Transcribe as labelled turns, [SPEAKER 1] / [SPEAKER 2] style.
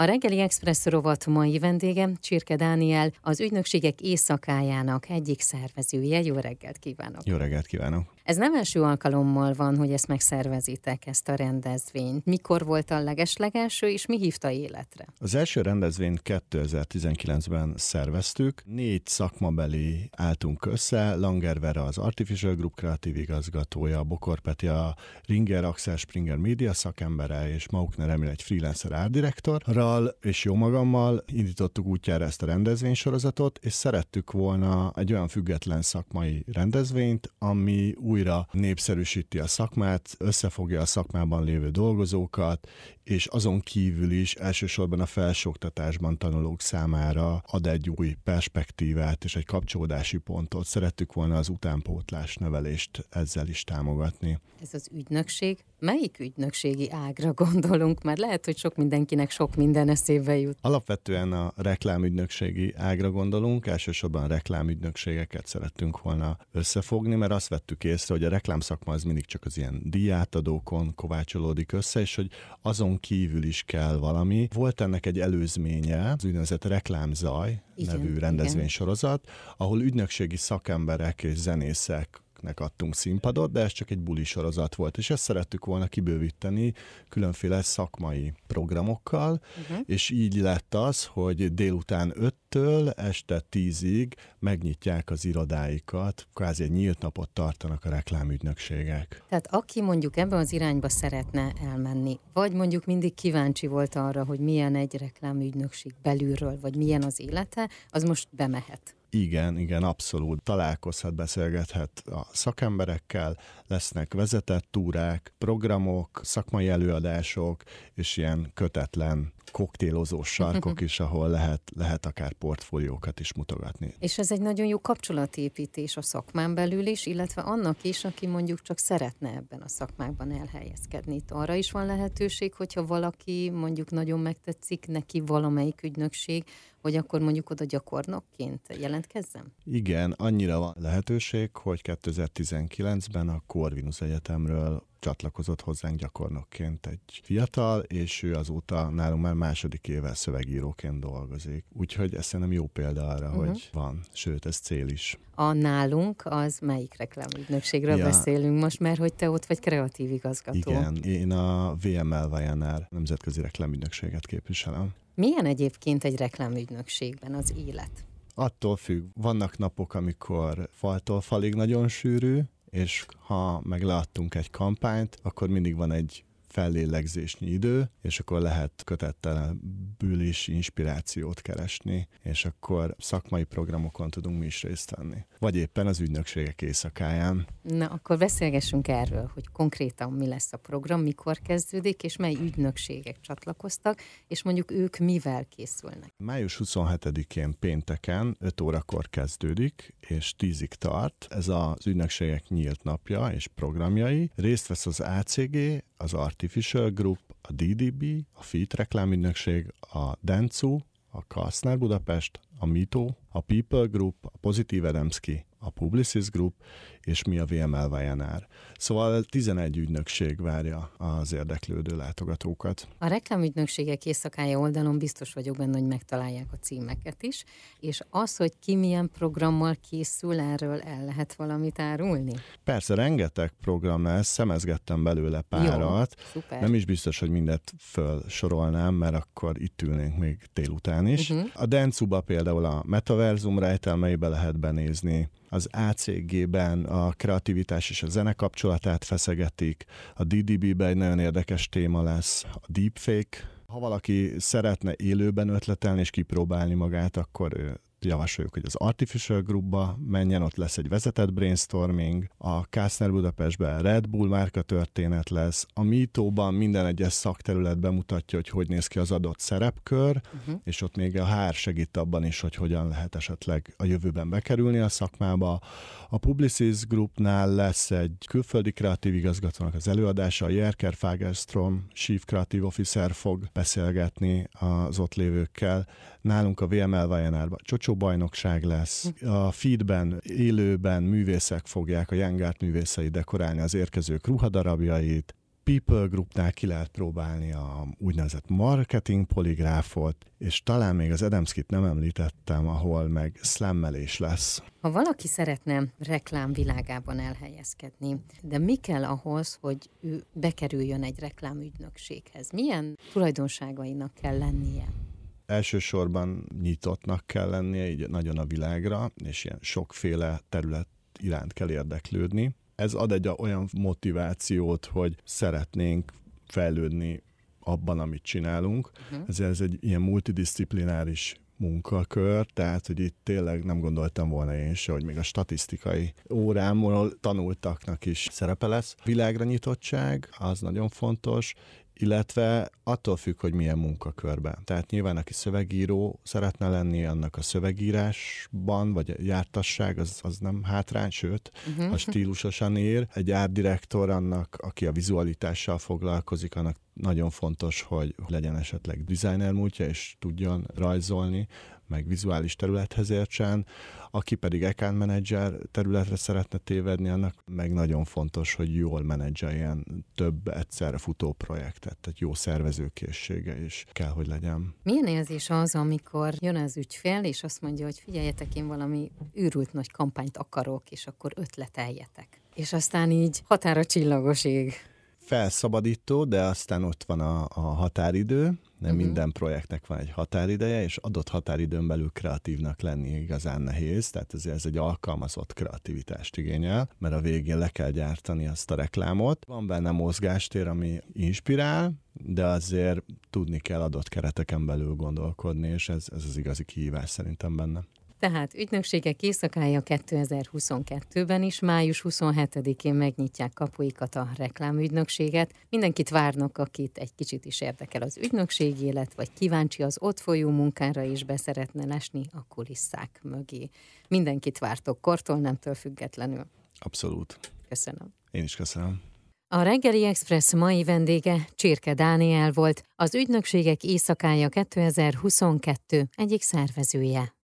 [SPEAKER 1] A Reggeli Express rovat mai vendége Csirke Dániel, az Ügynökségek Éjszakájának egyik szervezője. Jó reggelt kívánok!
[SPEAKER 2] Jó reggelt kívánok!
[SPEAKER 1] Ez nem első alkalommal van, hogy ezt megszervezitek, ezt a rendezvényt. Mikor volt a legeslegelső, és mi hívta életre?
[SPEAKER 2] Az első rendezvényt 2019-ben szerveztük. 4 szakmabeli álltunk össze, Langer Vera az Artificial Group kreatív igazgatója, Bokor Peti a Ringer Axel Springer média szakembere, és Maukner Emil egy freelancer árdirektorral, és jó magammal indítottuk útjára ezt a rendezvénysorozatot, és szerettük volna egy olyan független szakmai rendezvényt, ami újra népszerűsíti a szakmát, összefogja a szakmában lévő dolgozókat, és azon kívül is elsősorban a felsőoktatásban tanulók számára ad egy új perspektívát és egy kapcsolódási pontot. Szerettük volna az utánpótlás nevelést ezzel is támogatni.
[SPEAKER 1] Ez az ügynökség. Melyik ügynökségi ágra gondolunk? Mert lehet, hogy sok mindenkinek sok minden eszébe jut.
[SPEAKER 2] Alapvetően a reklámügynökségi ágra gondolunk, elsősorban a reklámügynökségeket szerettünk volna összefogni, mert azt vettük észre, hogy a reklámszakma az mindig csak az ilyen díjátadókon kovácsolódik össze, és hogy azon kívül is kell valami. Volt ennek egy előzménye, az úgynevezett Reklámzaj nevű rendezvénysorozat, ahol ügynökségi szakemberek és zenészek adtunk színpadot, de ez csak egy buli sorozat volt, és ezt szerettük volna kibővíteni különféle szakmai programokkal, és így lett az, hogy délután 5-től este 10-ig megnyitják az irodáikat, kvázi egy nyílt napot tartanak a reklámügynökségek.
[SPEAKER 1] Tehát aki mondjuk ebbe az irányba szeretne elmenni, vagy mondjuk mindig kíváncsi volt arra, hogy milyen egy reklámügynökség belülről, vagy milyen az élete, az most bemehet.
[SPEAKER 2] Igen, abszolút. Találkozhat, beszélgethet a szakemberekkel, lesznek vezetett túrák, programok, szakmai előadások, és ilyen kötetlen koktélozós sarkok is, ahol lehet akár portfóliókat is mutogatni.
[SPEAKER 1] És ez egy nagyon jó kapcsolatépítés a szakmán belül is, illetve annak is, aki mondjuk csak szeretne ebben a szakmákban elhelyezkedni. Itt arra is van lehetőség, hogyha valaki mondjuk nagyon megtetszik neki valamelyik ügynökség, hogy akkor mondjuk oda gyakornokként jelentkezzem? Igen,
[SPEAKER 2] annyira van lehetőség, hogy 2019-ben a Corvinus Egyetemről csatlakozott hozzánk gyakornokként egy fiatal, és ő azóta nálunk már második éve szövegíróként dolgozik. Úgyhogy ez szerintem jó példa arra, hogy van, sőt, ez cél is.
[SPEAKER 1] A nálunk az melyik reklámügynökségről beszélünk most, mert hogy te ott vagy kreatív igazgató.
[SPEAKER 2] Igen, én a VML Vajanár nemzetközi reklámügynökséget képviselem.
[SPEAKER 1] Milyen egyébként egy reklámügynökségben az élet?
[SPEAKER 2] Attól függ, vannak napok, amikor faltól falig nagyon sűrű, és ha megleadtunk egy kampányt, akkor mindig van egy fellélegzésnyi idő, és akkor lehet kötettelenül is inspirációt keresni, és akkor szakmai programokon tudunk mi is részt venni. Vagy éppen az Ügynökségek Éjszakáján. Na, akkor beszélgessünk erről, hogy konkrétan mi lesz a program, mikor kezdődik, és mely ügynökségek csatlakoztak, és mondjuk ők mivel készülnek. Május 27-én pénteken 5 órakor kezdődik, és 10-ig tart. Ez az ügynökségek nyílt napja és programjai. Részt vesz az ACG, az Artificial Group, a DDB, a FIT reklámügynökség, a Dentsu, a Kastner Budapest, a Mito, a People Group, a Pozitív Edemszki, a Publicis Group, és mi a VML Vajanár. Szóval 11 ügynökség várja az érdeklődő látogatókat. A reklámügynökségek éjszakája oldalon biztos vagyok benne, hogy megtalálják a címeket is, és az, hogy ki milyen programmal készül, erről el lehet valamit árulni? Persze, rengeteg program lesz, szemezgettem belőle párat. Jó, nem is biztos, hogy mindet felsorolnám, mert akkor itt ülnénk még délután is. A Dentsuba például a Metaverzum rejtelmeibe lehet benézni, az ACG-ben a kreativitás és a zene kapcsolatát feszegetik, a DDB-ben egy nagyon érdekes téma lesz, a deepfake. Ha valaki szeretne élőben ötletelni és kipróbálni magát, akkor javasoljuk, hogy az Artificial Groupba menjen, ott lesz egy vezetett brainstorming, a Kastner Budapestben Red Bull márka történet lesz, a Mito-ban minden egyes szakterület bemutatja, hogy néz ki az adott szerepkör, és ott még a HR segít abban is, hogy hogyan lehet esetleg a jövőben bekerülni a szakmába. A Publicis Groupnál lesz egy külföldi kreatív igazgatónak az előadása, a Jerker Fagerström Chief Creative Officer fog beszélgetni az ott lévőkkel. Nálunk a VML Vajanárban bajnokság lesz. A feedben, élőben művészek fogják, a Young Art művészei dekorálni az érkezők ruhadarabjait. People Groupnál ki lehet próbálni a úgynevezett marketing poligráfot, és talán még az Adamskit nem említettem, ahol meg slammelés lesz.
[SPEAKER 1] Ha valaki szeretne reklám világában elhelyezkedni, de mi kell ahhoz, hogy ő bekerüljön egy reklámügynökséghez? Milyen tulajdonságainak kell lennie?
[SPEAKER 2] Elsősorban nyitottnak kell lennie, így nagyon a világra, és ilyen sokféle terület iránt kell érdeklődni. Ez ad egy olyan motivációt, hogy szeretnénk fejlődni abban, amit csinálunk. Ezért ez egy ilyen multidisziplináris munkakör, tehát, hogy itt tényleg nem gondoltam volna én se, hogy még a statisztikai órámról tanultaknak is szerepe lesz. Világra nyitottság, az nagyon fontos, illetve attól függ, hogy milyen munkakörben. Tehát nyilván, aki szövegíró szeretne lenni, annak a szövegírásban, vagy a jártasság, az nem hátrány, sőt, a stílusosan ír. Egy ártdirektor annak, aki a vizualitással foglalkozik, annak nagyon fontos, hogy legyen esetleg designer múltja, és tudjon rajzolni, meg vizuális területhez értsen. Aki pedig account manager területre szeretne tévedni, annak meg nagyon fontos, hogy jól menedzseljen több egyszerre futó projektet, tehát jó szervezőkészsége is kell, hogy legyen.
[SPEAKER 1] Milyen érzés az, amikor jön az ügyfél, és azt mondja, hogy figyeljetek, én valami őrült nagy kampányt akarok, és akkor ötleteljetek. És aztán így határa csillagos ég.
[SPEAKER 2] Felszabadító, de aztán ott van a határidő, nem minden projektnek van egy határideje, és adott határidőn belül kreatívnak lenni igazán nehéz, tehát ez egy alkalmazott kreativitást igényel, mert a végén le kell gyártani azt a reklámot. Van benne mozgástér, ami inspirál, de azért tudni kell adott kereteken belül gondolkodni, és ez az igazi kihívás szerintem benne.
[SPEAKER 1] Tehát ügynökségek éjszakája 2022-ben is, május 27-én megnyitják kapuikat a reklámügynökséget. Mindenkit várnak, akit egy kicsit is érdekel az ügynökség élet, vagy kíváncsi az ott folyó munkára is be szeretne lesni a kulisszák mögé. Mindenkit vártok, kortól, nemtől függetlenül.
[SPEAKER 2] Abszolút.
[SPEAKER 1] Köszönöm.
[SPEAKER 2] Én is köszönöm.
[SPEAKER 1] A Reggeli Express mai vendége Csirke Dániel volt, az ügynökségek éjszakája 2022 egyik szervezője.